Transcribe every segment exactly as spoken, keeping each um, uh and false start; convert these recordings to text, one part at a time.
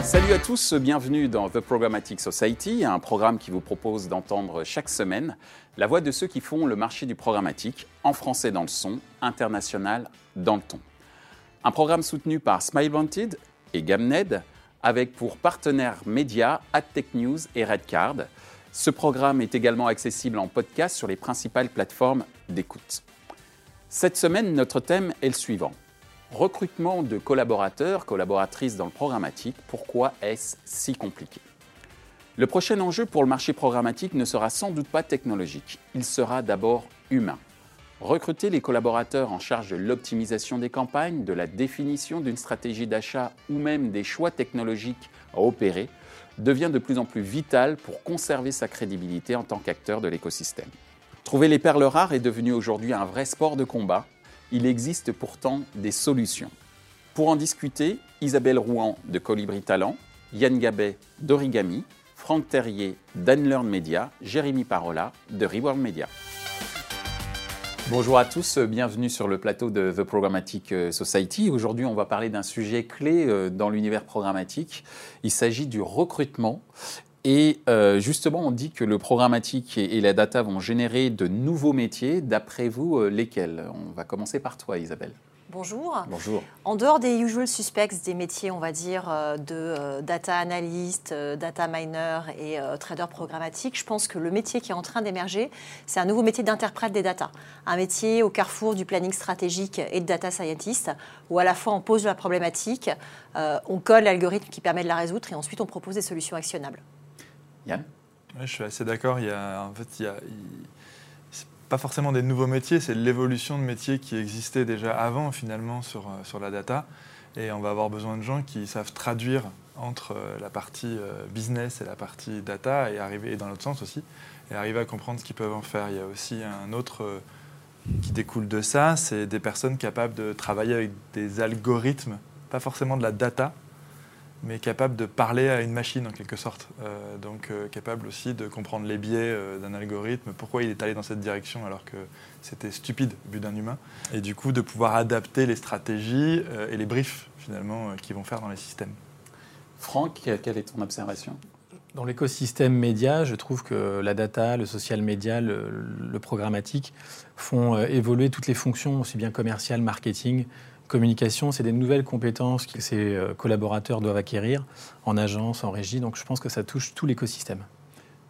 Salut à tous, bienvenue dans The Programmatic Society, un programme qui vous propose d'entendre chaque semaine la voix de ceux qui font le marché du programmatique, en français dans le son, international dans le ton. Un programme soutenu par SmileWanted et Gamned, avec pour partenaires médias AdTech News et Redcard. Ce programme est également accessible en podcast sur les principales plateformes d'écoute. Cette semaine, notre thème est le suivant. Recrutement de collaborateurs, collaboratrices dans le programmatique, pourquoi est-ce si compliqué ? Le prochain enjeu pour le marché programmatique ne sera sans doute pas technologique, il sera d'abord humain. Recruter les collaborateurs en charge de l'optimisation des campagnes, de la définition d'une stratégie d'achat ou même des choix technologiques à opérer devient de plus en plus vital pour conserver sa crédibilité en tant qu'acteur de l'écosystème. Trouver les perles rares est devenu aujourd'hui un vrai sport de combat. Il existe pourtant des solutions. Pour en discuter, Isabelle Rouen de Colibri Talent, Yann Gabet d'Origami, Franck Terrier d'Unlearn Media, Jérémy Parola de Reworld Media. Bonjour à tous, bienvenue sur le plateau de The Programmatic Society. Aujourd'hui, on va parler d'un sujet clé dans l'univers programmatique. Il s'agit du recrutement. Et euh, justement, on dit que le programmatique et, et la data vont générer de nouveaux métiers. D'après vous, euh, lesquels ? On va commencer par toi, Isabelle. Bonjour. Bonjour. En dehors des usual suspects, des métiers, on va dire, de euh, data analyst, euh, data miner et euh, trader programmatique, je pense que le métier qui est en train d'émerger, c'est un nouveau métier d'interprète des data. Un métier au carrefour du planning stratégique et de data scientist, où à la fois on pose la problématique, euh, on colle l'algorithme qui permet de la résoudre et ensuite on propose des solutions actionnables. Yann ? Ouais, je suis assez d'accord. Il y a, en fait, il y a, il, c'est pas forcément des nouveaux métiers, c'est l'évolution de métiers qui existaient déjà avant, finalement, sur, sur la data. Et on va avoir besoin de gens qui savent traduire entre la partie business et la partie data, et arriver, et dans l'autre sens aussi, et arriver à comprendre ce qu'ils peuvent en faire. Il y a aussi un autre qui découle de ça, c'est des personnes capables de travailler avec des algorithmes, pas forcément de la data, mais capable de parler à une machine en quelque sorte. Euh, donc euh, capable aussi de comprendre les biais euh, d'un algorithme, pourquoi il est allé dans cette direction alors que c'était stupide vu d'un humain. Et du coup de pouvoir adapter les stratégies euh, et les briefs finalement euh, qu'ils vont faire dans les systèmes. Franck, quelle est ton observation ? Dans l'écosystème média, je trouve que la data, le social media, le, le programmatique font euh, évoluer toutes les fonctions, aussi bien commerciales, marketing, communication. C'est des nouvelles compétences que ces collaborateurs doivent acquérir en agence, en régie. Donc je pense que ça touche tout l'écosystème. Jérémy ?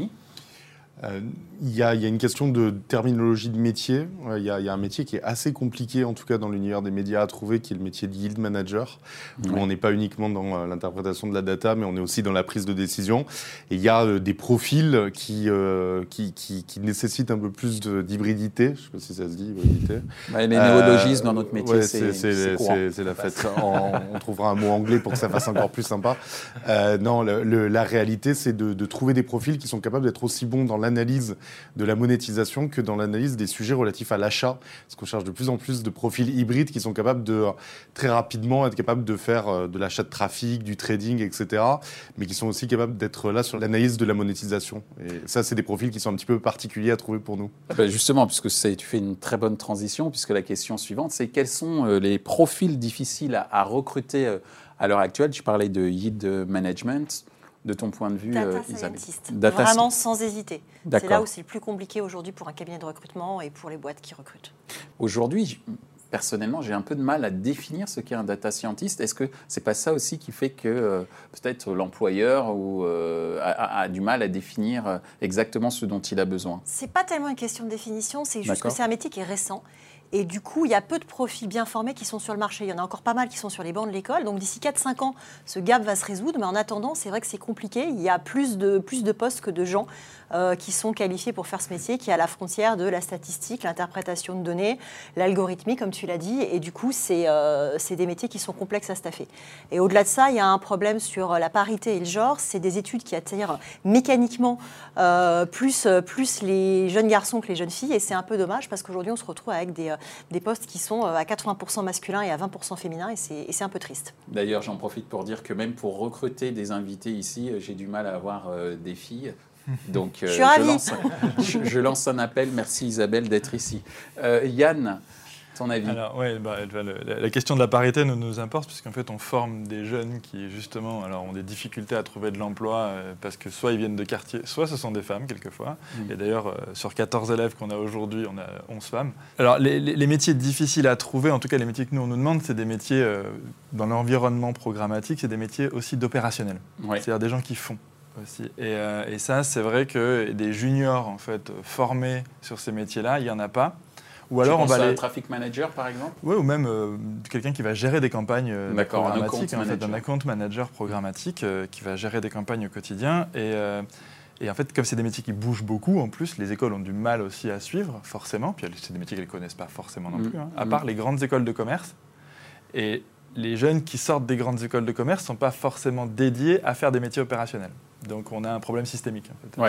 Euh, il y, y a une question de terminologie de métier. Il y, y a un métier qui est assez compliqué, en tout cas dans l'univers des médias, à trouver, qui est le métier de yield manager, où ouais. on n'est pas uniquement dans euh, l'interprétation de la data, mais on est aussi dans la prise de décision. Et il y a euh, des profils qui, euh, qui, qui, qui nécessitent un peu plus de, d'hybridité. Je ne sais pas si ça se dit, hybridité. Ouais, les néologismes euh, dans notre métier, ouais, c'est, c'est, c'est, c'est, c'est, c'est la fête. on, on trouvera un mot anglais pour que ça fasse encore plus sympa. Euh, non, le, le, la réalité, c'est de, de trouver des profils qui sont capables d'être aussi bons dans l'analyse de la monétisation que dans l'analyse des sujets relatifs à l'achat. Parce qu'on cherche de plus en plus de profils hybrides qui sont capables de, très rapidement, être capables de faire de l'achat de trafic, du trading, et cetera, mais qui sont aussi capables d'être là sur l'analyse de la monétisation. Et ça, c'est des profils qui sont un petit peu particuliers à trouver pour nous. Ben justement, puisque c'est, tu fais une très bonne transition, puisque la question suivante, c'est quels sont les profils difficiles à, à recruter à l'heure actuelle ? Tu parlais de yield management. De ton point de vue, Data euh, Isabelle. Scientist. Data Vraiment sans hésiter. D'accord. C'est là où c'est le plus compliqué aujourd'hui pour un cabinet de recrutement et pour les boîtes qui recrutent. Aujourd'hui, personnellement, j'ai un peu de mal à définir ce qu'est un data scientist. Est-ce que c'est pas ça aussi qui fait que euh, peut-être l'employeur ou, euh, a, a du mal à définir exactement ce dont il a besoin ? C'est pas tellement une question de définition, c'est juste D'accord. que c'est un métier qui est récent. Et du coup, il y a peu de profils bien formés qui sont sur le marché. Il y en a encore pas mal qui sont sur les bancs de l'école. Donc d'ici quatre à cinq ans, ce gap va se résoudre. Mais en attendant, c'est vrai que c'est compliqué. Il y a plus de, plus de postes que de gens euh, qui sont qualifiés pour faire ce métier, qui est à la frontière de la statistique, l'interprétation de données, l'algorithmie, comme tu l'as dit. Et du coup, c'est, euh, c'est des métiers qui sont complexes à staffer. Et au-delà de ça, il y a un problème sur la parité et le genre. C'est des études qui attirent mécaniquement euh, plus, plus les jeunes garçons que les jeunes filles. Et c'est un peu dommage parce qu'aujourd'hui, on se retrouve avec des des postes qui sont à quatre-vingts pour cent masculins et à vingt pour cent féminins, et c'est, et c'est un peu triste. D'ailleurs, j'en profite pour dire que même pour recruter des invités ici, j'ai du mal à avoir euh, des filles. Donc, euh, je suis ravie. Je lance, je, je lance un appel. Merci Isabelle d'être ici. Euh, Yann, Ton avis? Alors, ouais, bah, la, la question de la parité nous, nous importe, puisqu'en fait, on forme des jeunes qui, justement, alors, ont des difficultés à trouver de l'emploi, euh, parce que soit ils viennent de quartiers, soit ce sont des femmes, quelquefois. Mmh. Et d'ailleurs, euh, sur quatorze élèves qu'on a aujourd'hui, on a onze femmes. Alors, les, les, les métiers difficiles à trouver, en tout cas, les métiers que nous, on nous demande, c'est des métiers, euh, dans l'environnement programmatique, c'est des métiers aussi d'opérationnels. Ouais. C'est-à-dire des gens qui font. Aussi. Et, euh, et ça, c'est vrai que des juniors en fait, formés sur ces métiers-là, il n'y en a pas. Ou alors, tu on va aller... un traffic manager, par exemple? Oui, ou même euh, quelqu'un qui va gérer des campagnes euh, programmatiques, un, en fait, un account manager programmatique euh, qui va gérer des campagnes au quotidien. Et, euh, et en fait, comme c'est des métiers qui bougent beaucoup, en plus, les écoles ont du mal aussi à suivre, forcément. Puis c'est des métiers qu'elles ne connaissent pas forcément non plus, hein, mmh. à part les grandes écoles de commerce. Et les jeunes qui sortent des grandes écoles de commerce ne sont pas forcément dédiés à faire des métiers opérationnels. Donc on a un problème systémique. En fait. Ouais.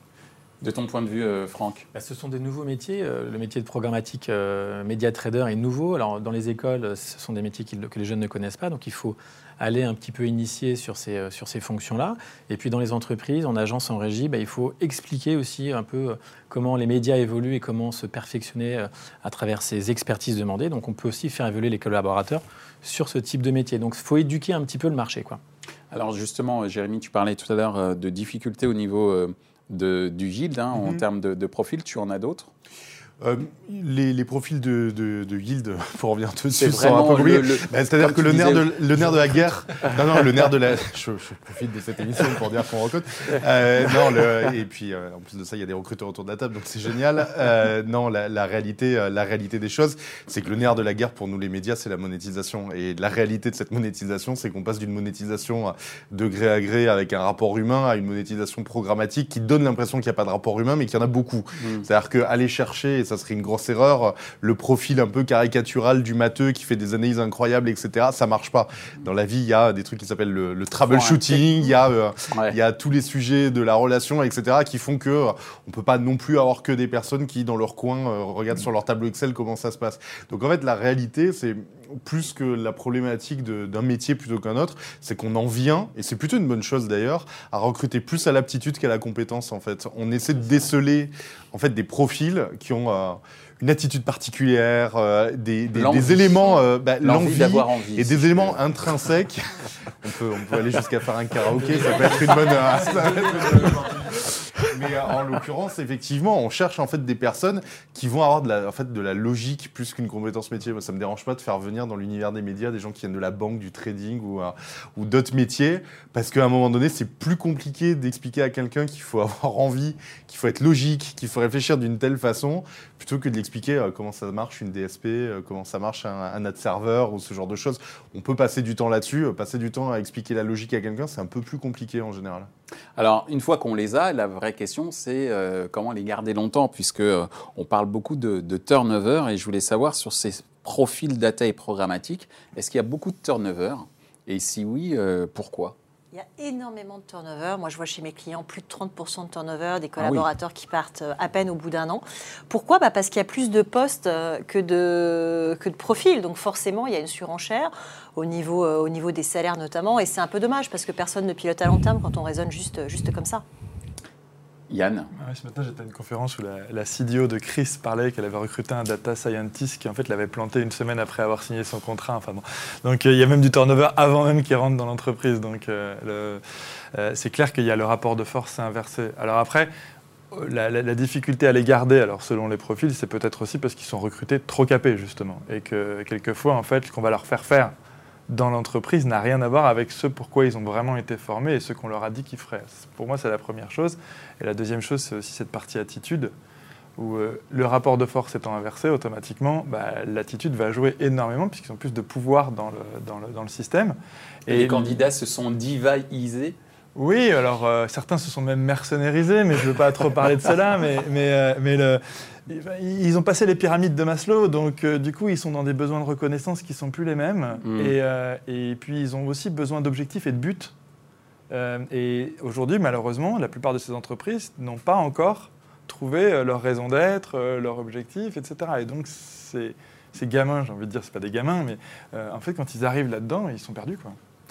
De ton point de vue, euh, Franck? Bah, ce sont des nouveaux métiers. Euh, le métier de programmatique euh, média trader est nouveau. Alors, dans les écoles, ce sont des métiers qui, que les jeunes ne connaissent pas. Donc, il faut aller un petit peu initier sur ces, euh, sur ces fonctions-là. Et puis, dans les entreprises, en agence, en régie, bah, il faut expliquer aussi un peu euh, comment les médias évoluent et comment se perfectionner euh, à travers ces expertises demandées. Donc, on peut aussi faire évoluer les collaborateurs sur ce type de métier. Donc, il faut éduquer un petit peu le marché, quoi. Alors, justement, Jérémy, tu parlais tout à l'heure euh, de difficultés au niveau... Euh De, du yield, hein, mm-hmm. en termes de, de profil, tu en as d'autres? Euh, les, les profils de, de, de yield, pour revenir tout de suite, sont un peu bruyés. Bah, c'est-à-dire que le nerf, de, le nerf de la guerre... non, non, le nerf de la... Je, je profite de cette émission pour dire qu'on recrute. Euh, non, le, et puis, euh, en plus de ça, il y a des recruteurs autour de la table, donc c'est génial. Euh, non, la, la, réalité, la réalité des choses, c'est que le nerf de la guerre, pour nous les médias, c'est la monétisation. Et la réalité de cette monétisation, c'est qu'on passe d'une monétisation de gré à gré avec un rapport humain à une monétisation programmatique qui donne l'impression qu'il n'y a pas de rapport humain, mais qu'il y en a beaucoup. Mm. C'est-à-dire qu'aller chercher... Et ça serait une grosse erreur, le profil un peu caricatural du matheux qui fait des analyses incroyables, et cetera, ça marche pas. Dans la vie, il y a des trucs qui s'appellent le, le troubleshooting, il y a, euh, ouais. il y a tous les sujets de la relation, et cetera, qui font que euh, on peut pas non plus avoir que des personnes qui, dans leur coin, euh, regardent sur leur tableau Excel comment ça se passe. Donc en fait, la réalité, c'est plus que la problématique de, d'un métier plutôt qu'un autre, c'est qu'on en vient, et c'est plutôt une bonne chose d'ailleurs, à recruter plus à l'aptitude qu'à la compétence, en fait. On essaie de déceler, en fait, des profils qui ont euh, une attitude particulière, euh, des, des, des éléments, euh, bah, l'envie, l'envie d'avoir envie, et des si éléments intrinsèques. on, peut, on peut aller jusqu'à faire un karaoké, ça peut être une bonne... Euh, Mais euh, en l'occurrence, effectivement, on cherche en fait des personnes qui vont avoir de la, en fait, de la logique plus qu'une compétence métier. Moi, ça me dérange pas de faire venir dans l'univers des médias des gens qui viennent de la banque, du trading ou, euh, ou d'autres métiers, parce qu'à un moment donné, c'est plus compliqué d'expliquer à quelqu'un qu'il faut avoir envie, qu'il faut être logique, qu'il faut réfléchir d'une telle façon, plutôt que de l'expliquer euh, comment ça marche une D S P, euh, comment ça marche un, un ad server ou ce genre de choses. On peut passer du temps là-dessus, euh, passer du temps à expliquer la logique à quelqu'un, c'est un peu plus compliqué en général. Alors, une fois qu'on les a, la vraie question, c'est euh, comment les garder longtemps, puisque euh, on parle beaucoup de, de turnover, et je voulais savoir sur ces profils data et programmatique, est-ce qu'il y a beaucoup de turnover? Et si oui, euh, pourquoi? Il y a énormément de turnover. Moi, je vois chez mes clients plus de trente pour cent de turnover, des collaborateurs ah oui. qui partent à peine au bout d'un an. Pourquoi? Bah parce qu'il y a plus de postes que de, que de profils. Donc forcément, il y a une surenchère au niveau, euh, au niveau des salaires notamment. Et c'est un peu dommage parce que personne ne pilote à long terme quand on raisonne juste, juste comme ça. Yann? Ah oui, ce matin, j'étais à une conférence où la, la C D O de Chris parlait qu'elle avait recruté un data scientist qui en fait l'avait planté une semaine après avoir signé son contrat. Enfin, bon. Donc euh, il y a même du turnover avant même qu'il rentre dans l'entreprise. Donc euh, le, euh, c'est clair qu'il y a le rapport de force inversé. Alors après, la, la, la difficulté à les garder, alors selon les profils, c'est peut-être aussi parce qu'ils sont recrutés trop capés justement. Et que quelquefois, en fait, ce qu'on va leur faire faire dans l'entreprise n'a rien à voir avec ce pourquoi ils ont vraiment été formés et ce qu'on leur a dit qu'ils feraient. Pour moi, c'est la première chose. Et la deuxième chose, c'est aussi cette partie attitude, où euh, le rapport de force étant inversé, automatiquement, bah, l'attitude va jouer énormément, puisqu'ils ont plus de pouvoir dans le, dans le, dans le système. Et, et les candidats se sont divaisés? Oui, alors euh, certains se sont même mercenarisés, mais je ne veux pas trop parler de cela, mais, mais, euh, mais le... Ils ont passé les pyramides de Maslow, donc euh, du coup, ils sont dans des besoins de reconnaissance qui ne sont plus les mêmes. Mmh. Et, euh, et puis, ils ont aussi besoin d'objectifs et de buts. Euh, et aujourd'hui, malheureusement, la plupart de ces entreprises n'ont pas encore trouvé euh, leur raison d'être, euh, leur objectif, et cetera. Et donc, ces, ces gamins, j'ai envie de dire, ce pas des gamins, mais euh, en fait, quand ils arrivent là-dedans, ils sont perdus, quoi.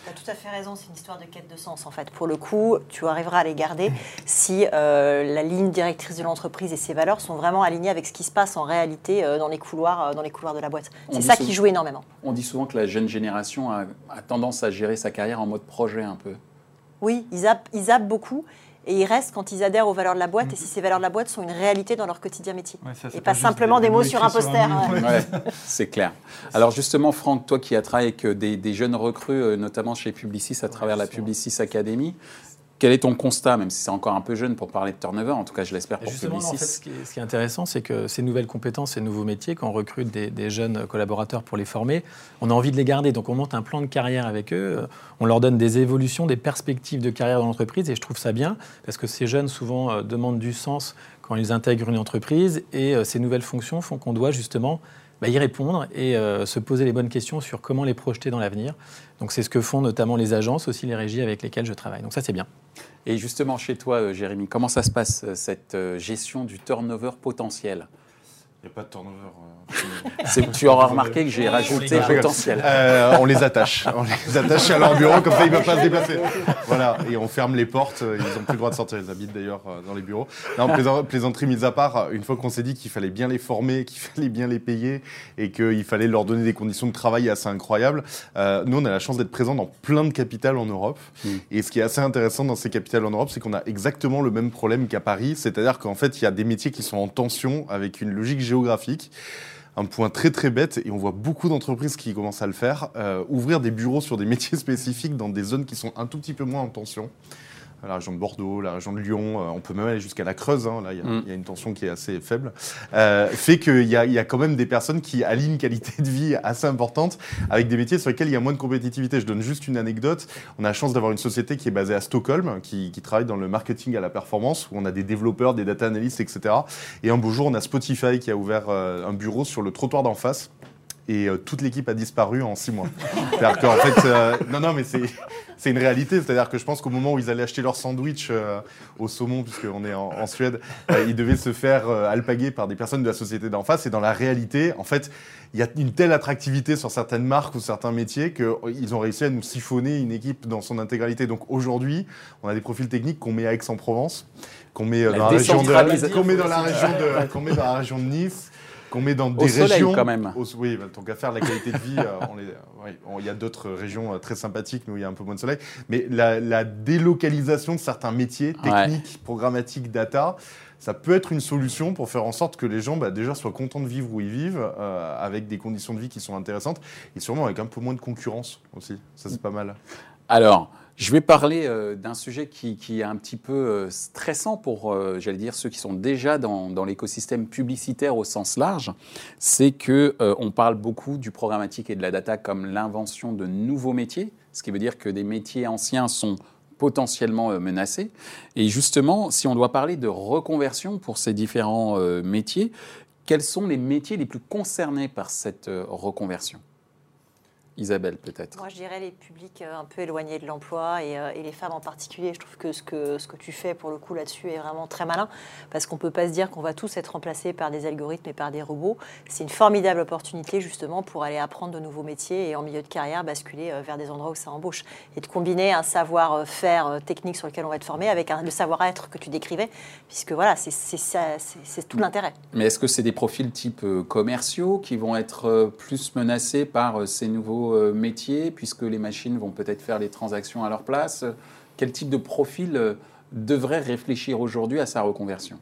Tu as tout à fait raison, c'est une histoire de quête de sens en fait. Pour le coup, tu arriveras à les garder si euh, la ligne directrice de l'entreprise et ses valeurs sont vraiment alignées avec ce qui se passe en réalité euh, dans, les couloirs, euh, dans les couloirs de la boîte. C'est ça qui joue énormément. On dit souvent que la jeune génération a, a tendance à gérer sa carrière en mode projet un peu. Oui, ils zappent, ils zappent beaucoup. Et ils restent quand ils adhèrent aux valeurs de la boîte, mmh. et si ces valeurs de la boîte sont une réalité dans leur quotidien métier. Ouais, ça, et pas, pas simplement des, des mots sur un poster. Un ouais. Ouais, c'est clair. Alors justement, Franck, toi qui as travaillé avec des, des jeunes recrues, notamment chez Publicis, à travers ouais, la Publicis Academy, quel est ton constat, même si c'est encore un peu jeune pour parler de turnover, en tout cas je l'espère pour Justement, Publicis. En fait, ce, qui est, ce qui est intéressant, c'est que ces nouvelles compétences, ces nouveaux métiers, quand on recrute des, des jeunes collaborateurs pour les former, on a envie de les garder. Donc on monte un plan de carrière avec eux, on leur donne des évolutions, des perspectives de carrière dans l'entreprise, et je trouve ça bien, parce que ces jeunes souvent euh, demandent du sens quand ils intègrent une entreprise, et euh, ces nouvelles fonctions font qu'on doit justement bah, y répondre et euh, se poser les bonnes questions sur comment les projeter dans l'avenir. Donc c'est ce que font notamment les agences, aussi les régies avec lesquelles je travaille. Donc ça c'est bien. Et justement, chez toi, Jérémy, comment ça se passe, cette gestion du turnover potentiel ? Il n'y a pas de turnover. Euh, tu auras remarqué que j'ai rajouté potentiel. Euh, on les attache. On les attache à leur bureau, comme ça ils ne peuvent pas se déplacer. Voilà, et on ferme les portes. Ils n'ont plus le droit de sortir. Ils habitent d'ailleurs dans les bureaux. Non, plaisant, plaisanterie mise à part, une fois qu'on s'est dit qu'il fallait bien les former, qu'il fallait bien les payer et qu'il fallait leur donner des conditions de travail assez incroyables, euh, nous, on a la chance d'être présents dans plein de capitales en Europe. Mmh. Et ce qui est assez intéressant dans ces capitales en Europe, c'est qu'on a exactement le même problème qu'à Paris. C'est-à-dire qu'en fait, il y a des métiers qui sont en tension avec une logique géographique. Un point très très bête, et on voit beaucoup d'entreprises qui commencent à le faire, euh, ouvrir des bureaux sur des métiers spécifiques dans des zones qui sont un tout petit peu moins en tension. La région de Bordeaux, la région de Lyon, euh, on peut même aller jusqu'à la Creuse, hein, là il y, mm. y a une tension qui est assez faible, euh, fait qu'il y a, y a quand même des personnes qui allient une qualité de vie assez importante avec des métiers sur lesquels il y a moins de compétitivité. Je donne juste une anecdote, on a la chance d'avoir une société qui est basée à Stockholm, qui, qui travaille dans le marketing à la performance, où on a des développeurs, des data analysts, et cetera. Et un beau jour, on a Spotify qui a ouvert euh, un bureau sur le trottoir d'en face. Et euh, toute l'équipe a disparu en six mois. C'est-à-dire qu'en fait, euh, non, non, mais c'est, c'est une réalité. C'est-à-dire que je pense qu'au moment où ils allaient acheter leur sandwich euh, au saumon, puisqu'on est en, en Suède, euh, ils devaient se faire euh, alpaguer par des personnes de la société d'en face. Et dans la réalité, en fait, il y a une telle attractivité sur certaines marques ou certains métiers qu'ils ont réussi à nous siphonner une équipe dans son intégralité. Donc aujourd'hui, on a des profils techniques qu'on met à Aix-en-Provence, qu'on met, euh, dans, la région de, qu'on met dans la région de, qu'on met dans la région de Nice, qu'on met dans des au soleil, régions quand même. Au, oui, bah, tant qu'à faire la qualité de vie, euh, on les, oui, on, il y a d'autres régions euh, très sympathiques, mais où il y a un peu moins de soleil. Mais la, la délocalisation de certains métiers techniques, ouais. programmatiques, data, ça peut être une solution pour faire en sorte que les gens bah, déjà soient contents de vivre où ils vivent, euh, avec des conditions de vie qui sont intéressantes, et sûrement avec un peu moins de concurrence aussi. Ça, c'est pas mal. Alors, je vais parler euh, d'un sujet qui, qui est un petit peu euh, stressant pour, euh, j'allais dire, ceux qui sont déjà dans, dans l'écosystème publicitaire au sens large. C'est qu'on euh, parle beaucoup du programmatique et de la data comme l'invention de nouveaux métiers, ce qui veut dire que des métiers anciens sont potentiellement euh, menacés. Et justement, si on doit parler de reconversion pour ces différents euh, métiers, quels sont les métiers les plus concernés par cette euh, reconversion ? Isabelle, peut-être. Moi, je dirais les publics un peu éloignés de l'emploi et, euh, et les femmes en particulier. Je trouve que ce, que ce que tu fais, pour le coup, là-dessus est vraiment très malin parce qu'on ne peut pas se dire qu'on va tous être remplacés par des algorithmes et par des robots. C'est une formidable opportunité, justement, pour aller apprendre de nouveaux métiers et, en milieu de carrière, basculer vers des endroits où ça embauche. Et de combiner un savoir-faire technique sur lequel on va être formé avec un, le savoir-être que tu décrivais, puisque, voilà, c'est, c'est, ça, c'est, c'est tout l'intérêt. Mais est-ce que c'est des profils type euh, commerciaux qui vont être euh, plus menacés par euh, ces nouveaux métiers, puisque les machines vont peut-être faire les transactions à leur place? Quel type de profil devrait réfléchir aujourd'hui à sa reconversion?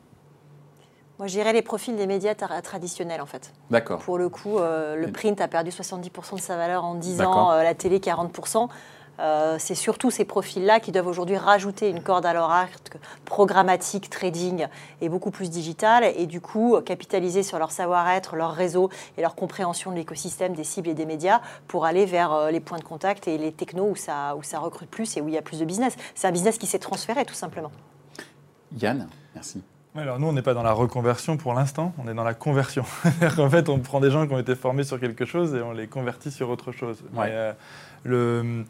Moi, je dirais les profils des médias tra- traditionnels, en fait. D'accord. Pour le coup, euh, le print a perdu soixante-dix pour cent de sa valeur en dix ans, euh, la télé quarante pour cent. Euh, c'est surtout ces profils-là qui doivent aujourd'hui rajouter une corde à leur arc programmatique, trading et beaucoup plus digital, et du coup capitaliser sur leur savoir-être, leur réseau et leur compréhension de l'écosystème des cibles et des médias pour aller vers euh, les points de contact et les technos où ça, où ça recrute plus et où il y a plus de business. C'est un business qui s'est transféré, tout simplement. Yann, merci. Alors nous, on n'est pas dans la reconversion pour l'instant, on est dans la conversion. En fait, on prend des gens qui ont été formés sur quelque chose et on les convertit sur autre chose. Ouais. Mais, euh, le...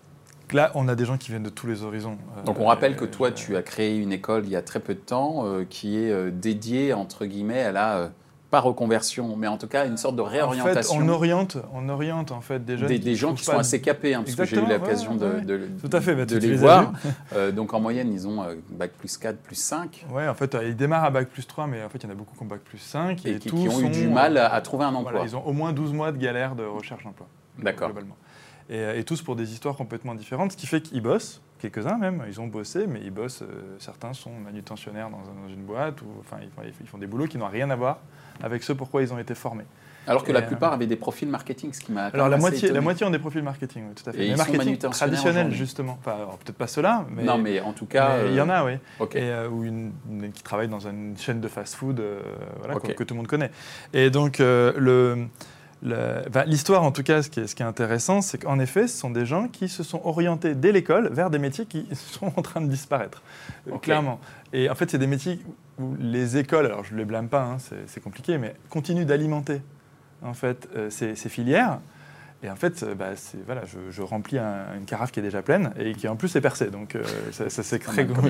Là, on a des gens qui viennent de tous les horizons. Donc, on rappelle que toi, tu as créé une école il y a très peu de temps euh, qui est euh, dédiée, entre guillemets, à la euh, pas reconversion, mais en tout cas une sorte de réorientation. En fait, on oriente, on oriente en fait des jeunes des, qui, des gens qui sont de... assez capés, hein, parce que j'ai eu l'occasion ouais, ouais. de, de, Tout à fait, bah, de les, les voir. Euh, donc en moyenne, ils ont euh, bac plus quatre, plus cinq. Ouais, en fait, ils démarrent à bac plus trois, mais en fait, il y en a beaucoup qui ont bac plus cinq. Et, Et qui, tous qui ont sont, eu du mal à, à trouver un emploi. Voilà, ils ont au moins douze mois de galère de recherche d'emploi. D'accord. Globalement. Et, et tous pour des histoires complètement différentes, ce qui fait qu'ils bossent, quelques-uns même, ils ont bossé, mais ils bossent, euh, certains sont manutentionnaires dans, dans une boîte, ou enfin, ils, ils font des boulots qui n'ont rien à voir avec ce pourquoi ils ont été formés. Alors que et la euh, plupart avaient des profils marketing, ce qui m'a Alors la moitié, étonné. la moitié ont des profils marketing, oui, tout à fait. Et mais ils marketing sont traditionnel, justement. Enfin, alors, peut-être pas ceux-là, mais... Non, mais en tout cas... Il euh, y en a, oui. Okay. Et, euh, ou une, une, qui travaille dans une chaîne de fast-food euh, voilà, okay. que, que tout le monde connaît. Et donc, euh, le... Le, enfin, l'histoire, en tout cas, ce qui est, ce qui est intéressant, c'est qu'en effet, ce sont des gens qui se sont orientés dès l'école vers des métiers qui sont en train de disparaître, okay. clairement. Et en fait, c'est des métiers où les écoles, alors je ne les blâme pas, hein, c'est, c'est compliqué, mais continuent d'alimenter en fait, euh, ces, ces filières. Et en fait, bah, c'est, voilà, je, je remplis un, une carafe qui est déjà pleine et qui en plus est percée. Donc euh, ça, ça c'est très gros.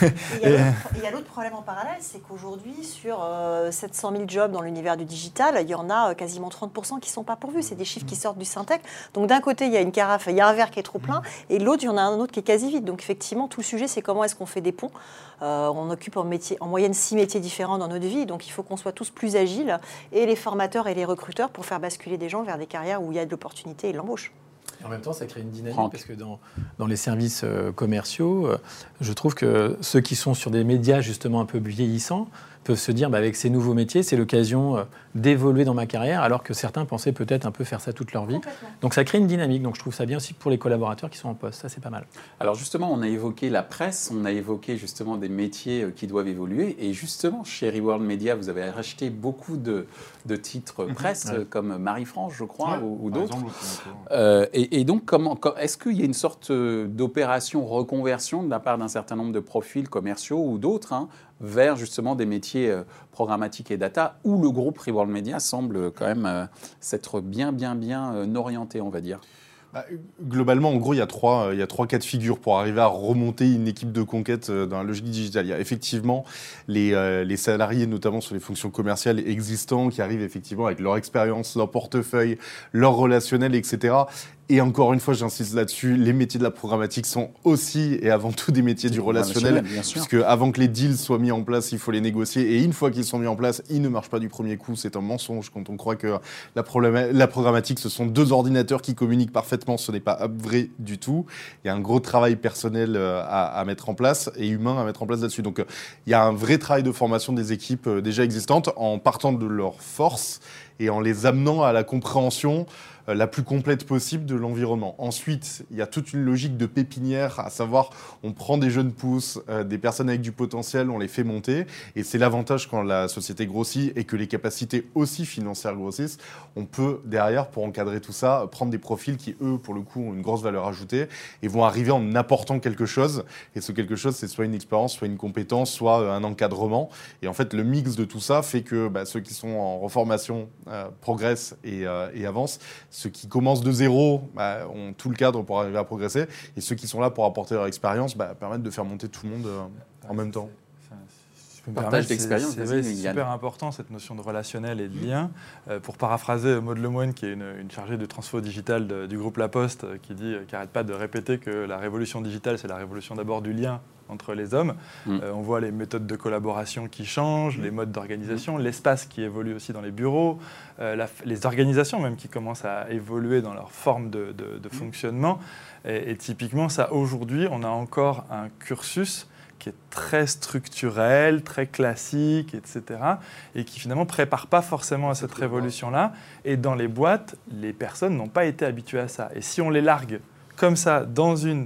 Il y a l'autre problème en parallèle, c'est qu'aujourd'hui, sur euh, sept cent mille jobs dans l'univers du digital, il y en a euh, quasiment trente pour cent qui ne sont pas pourvus. C'est des chiffres qui sortent du Syntec. Donc d'un côté, il y a une carafe, il y a un verre qui est trop plein, et de l'autre, il y en a un autre qui est quasi vide. Donc effectivement, tout le sujet, c'est comment est-ce qu'on fait des ponts. Euh, on occupe en, métier, en moyenne six métiers différents dans notre vie, donc il faut qu'on soit tous plus agiles, et les formateurs et les recruteurs, pour faire basculer des gens vers des carrières où il y a de l'opportunité et de l'embauche. Et en même temps, ça crée une dynamique Franck. parce que dans, dans les services euh, commerciaux, euh, je trouve que ceux qui sont sur des médias justement un peu vieillissants peuvent se dire, bah, avec ces nouveaux métiers, c'est l'occasion euh, d'évoluer dans ma carrière, alors que certains pensaient peut-être un peu faire ça toute leur vie. Donc ça crée une dynamique. Donc je trouve ça bien aussi pour les collaborateurs qui sont en poste. Ça, c'est pas mal. Alors justement, on a évoqué la presse, on a évoqué justement des métiers qui doivent évoluer. Et justement, chez Reworld Media, vous avez racheté beaucoup de, de titres presse, mmh, ouais. comme Marie-France, je crois, ouais, ou, ou d'autres. Exemple, euh, et, et donc, comment, est-ce qu'il y a une sorte d'opération reconversion de la part d'un certain nombre de profils commerciaux ou d'autres, hein, vers justement des métiers euh, programmatiques et data, où le groupe Reworld Media semble quand même euh, s'être bien, bien, bien euh, orienté, on va dire. Bah, globalement, en gros, il y a trois, il y a trois cas de figure pour arriver à remonter une équipe de conquête dans la logique digitale. Il y a effectivement les, euh, les salariés, notamment sur les fonctions commerciales existants, qui arrivent effectivement avec leur expérience, leur portefeuille, leur relationnel, et cetera. Et encore une fois, j'insiste là-dessus, les métiers de la programmatique sont aussi et avant tout des métiers du relationnel, puisque avant que les deals soient mis en place, il faut les négocier. Et une fois qu'ils sont mis en place, ils ne marchent pas du premier coup. C'est un mensonge quand on croit que la, problème, la programmatique, ce sont deux ordinateurs qui communiquent parfaitement. Ce n'est pas vrai du tout. Il y a un gros travail personnel à, à mettre en place et humain à mettre en place là-dessus. Donc, il y a un vrai travail de formation des équipes déjà existantes en partant de leurs forces et en les amenant à la compréhension la plus complète possible de l'environnement. Ensuite, il y a toute une logique de pépinière, à savoir, on prend des jeunes pousses, euh, des personnes avec du potentiel, on les fait monter, et c'est l'avantage quand la société grossit et que les capacités aussi financières grossissent, on peut derrière, pour encadrer tout ça, prendre des profils qui, eux, pour le coup, ont une grosse valeur ajoutée et vont arriver en apportant quelque chose, et ce quelque chose, c'est soit une expérience, soit une compétence, soit un encadrement, et en fait, le mix de tout ça fait que bah, ceux qui sont en reformation euh, progressent et, euh, et avancent. Ceux qui commencent de zéro bah, ont tout le cadre pour arriver à progresser. Et ceux qui sont là pour apporter leur expérience bah, permettent de faire monter tout le monde euh, en même temps. Partage d'expérience, c'est, c'est, c'est super important cette notion de relationnel et de lien. Euh, pour paraphraser Maud Lemoine, qui est une, une chargée de transfo digital de, du groupe La Poste, euh, qui dit, euh, qui n'arrête pas de répéter que la révolution digitale, c'est la révolution d'abord du lien entre les hommes. Mmh. Euh, on voit les méthodes de collaboration qui changent, mmh. les modes d'organisation, mmh. l'espace qui évolue aussi dans les bureaux, euh, la, les organisations même qui commencent à évoluer dans leur forme de, de, de fonctionnement. Et, et typiquement, ça, aujourd'hui, on a encore un cursus qui est très structurel, très classique, et cetera, et qui finalement ne prépare pas forcément à cette révolution-là. Et dans les boîtes, les personnes n'ont pas été habituées à ça. Et si on les largue comme ça dans une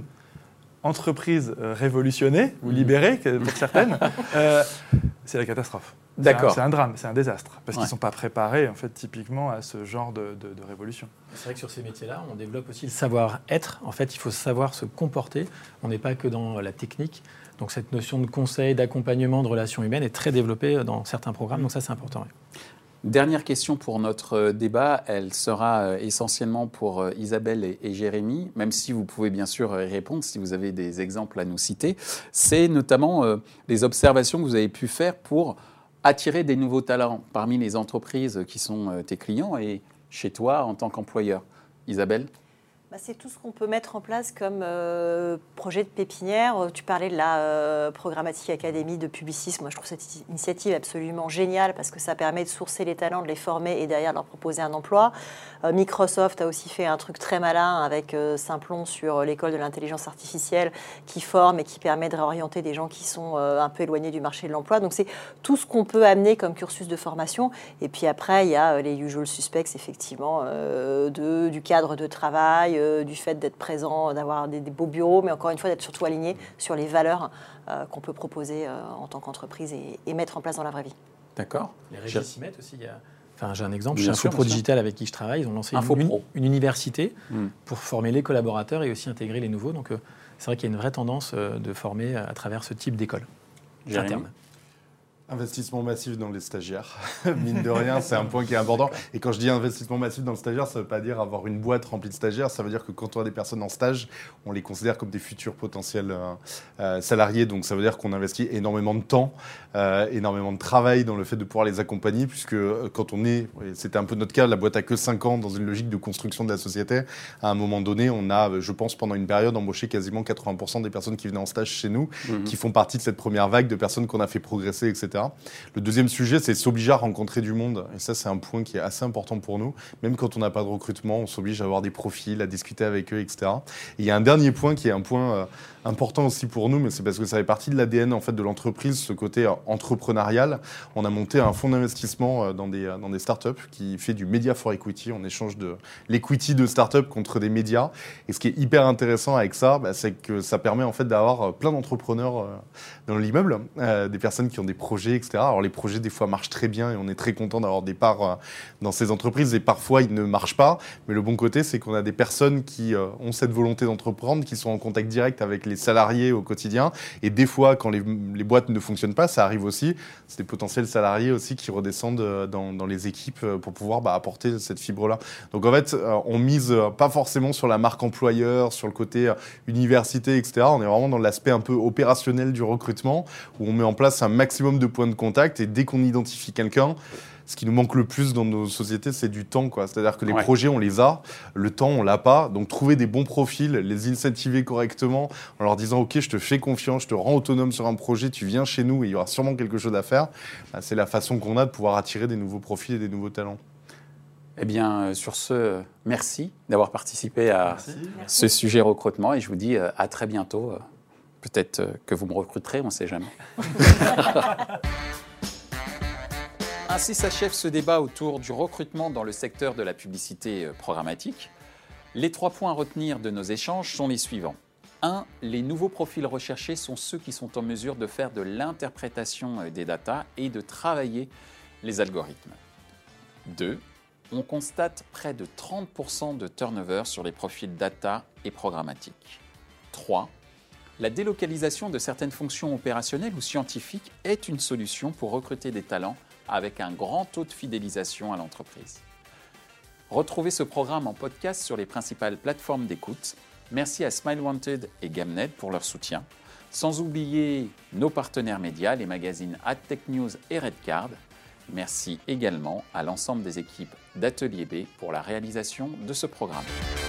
entreprise euh, révolutionnée, ou libérée pour certaines, euh, c'est la catastrophe. D'accord. C'est un, c'est un drame, c'est un désastre, parce ouais. qu'ils ne sont pas préparés, en fait, typiquement, à ce genre de, de, de révolution. C'est vrai que sur ces métiers-là, on développe aussi le savoir-être. En fait, il faut savoir se comporter. On n'est pas que dans la technique. Donc cette notion de conseil, d'accompagnement, de relations humaines est très développée dans certains programmes. Donc ça, c'est important. Oui. Dernière question pour notre débat. Elle sera essentiellement pour Isabelle et, et Jérémy, même si vous pouvez bien sûr y répondre si vous avez des exemples à nous citer. C'est notamment euh, les observations que vous avez pu faire pour attirer des nouveaux talents parmi les entreprises qui sont euh, tes clients et chez toi en tant qu'employeur. Isabelle ? Bah, c'est tout ce qu'on peut mettre en place comme euh, projet de pépinière. Tu parlais de la euh, Programmatic Academy de Publicis. Moi, je trouve cette initiative absolument géniale parce que ça permet de sourcer les talents, de les former et derrière leur proposer un emploi. Euh, Microsoft a aussi fait un truc très malin avec euh, Simplon sur l'école de l'intelligence artificielle qui forme et qui permet de réorienter des gens qui sont euh, un peu éloignés du marché de l'emploi. Donc, c'est tout ce qu'on peut amener comme cursus de formation. Et puis après, il y a euh, les usual suspects, effectivement, euh, de, du cadre de travail, du fait d'être présent, d'avoir des, des beaux bureaux, mais encore une fois d'être surtout aligné sur les valeurs euh, qu'on peut proposer euh, en tant qu'entreprise et, et mettre en place dans la vraie vie. D'accord. Les régies s'y mettent aussi. Il y a... Enfin, j'ai un exemple, Bien chez sûr, Infopro Digital avec qui je travaille, ils ont lancé Infopro. une, une université mm. pour former les collaborateurs et aussi intégrer les nouveaux. Donc euh, c'est vrai qu'il y a une vraie tendance euh, de former à travers ce type d'école interne. Investissement massif dans les stagiaires. Mine de rien, c'est un point qui est important. Et quand je dis investissement massif dans le stagiaire, ça ne veut pas dire avoir une boîte remplie de stagiaires. Ça veut dire que quand on a des personnes en stage, on les considère comme des futurs potentiels euh, euh, salariés. Donc ça veut dire qu'on investit énormément de temps, euh, énormément de travail dans le fait de pouvoir les accompagner. Puisque euh, quand on est, c'était un peu notre cas, la boîte a que cinq ans dans une logique de construction de la société. À un moment donné, on a, je pense, pendant une période, embauché quasiment quatre-vingts pour cent des personnes qui venaient en stage chez nous, mmh. qui font partie de cette première vague de personnes qu'on a fait progresser, et cetera. Le deuxième sujet, c'est s'obliger à rencontrer du monde. Et ça, c'est un point qui est assez important pour nous. Même quand on n'a pas de recrutement, on s'oblige à avoir des profils, à discuter avec eux, et cetera. Et il y a un dernier point qui est un point euh, important aussi pour nous, mais c'est parce que ça fait partie de l'A D N en fait, de l'entreprise, ce côté euh, entrepreneurial. On a monté un fonds d'investissement euh, dans des, euh, dans des startups qui fait du Media for Equity. On échange de l'equity de startups contre des médias. Et ce qui est hyper intéressant avec ça, bah, c'est que ça permet en fait, d'avoir plein d'entrepreneurs euh, dans l'immeuble, euh, des personnes qui ont des projets, et cetera. Alors les projets des fois marchent très bien et on est très content d'avoir des parts euh, dans ces entreprises et parfois ils ne marchent pas. Mais le bon côté, c'est qu'on a des personnes qui euh, ont cette volonté d'entreprendre, qui sont en contact direct avec les salariés au quotidien. Et des fois, quand les, les boîtes ne fonctionnent pas, ça arrive aussi. C'est des potentiels salariés aussi qui redescendent euh, dans, dans les équipes euh, pour pouvoir bah, apporter cette fibre-là. Donc en fait, euh, on mise euh, pas forcément sur la marque employeur, sur le côté euh, université, et cetera. On est vraiment dans l'aspect un peu opérationnel du recrutement où on met en place un maximum de points de contact et dès qu'on identifie quelqu'un, ce qui nous manque le plus dans nos sociétés, c'est du temps, quoi. C'est-à-dire que les ouais. projets, on les a, le temps, on l'a pas. Donc, trouver des bons profils, les incentiver correctement, en leur disant « Ok, je te fais confiance, je te rends autonome sur un projet, tu viens chez nous et il y aura sûrement quelque chose à faire. Bah, », c'est la façon qu'on a de pouvoir attirer des nouveaux profils et des nouveaux talents. Eh bien, sur ce, merci d'avoir participé à merci. ce sujet recrutement et je vous dis à très bientôt. Peut-être que vous me recruterez, on ne sait jamais. Ainsi s'achève ce débat autour du recrutement dans le secteur de la publicité programmatique. Les trois points à retenir de nos échanges sont les suivants. un. Les nouveaux profils recherchés sont ceux qui sont en mesure de faire de l'interprétation des datas et de travailler les algorithmes. deux. On constate près de trente pour cent de turnover sur les profils data et programmatique. trois. La délocalisation de certaines fonctions opérationnelles ou scientifiques est une solution pour recruter des talents avec un grand taux de fidélisation à l'entreprise. Retrouvez ce programme en podcast sur les principales plateformes d'écoute. Merci à Smile Wanted et Gamnet pour leur soutien. Sans oublier nos partenaires médias, les magazines AdTech News et Redcard. Merci également à l'ensemble des équipes d'Atelier B pour la réalisation de ce programme.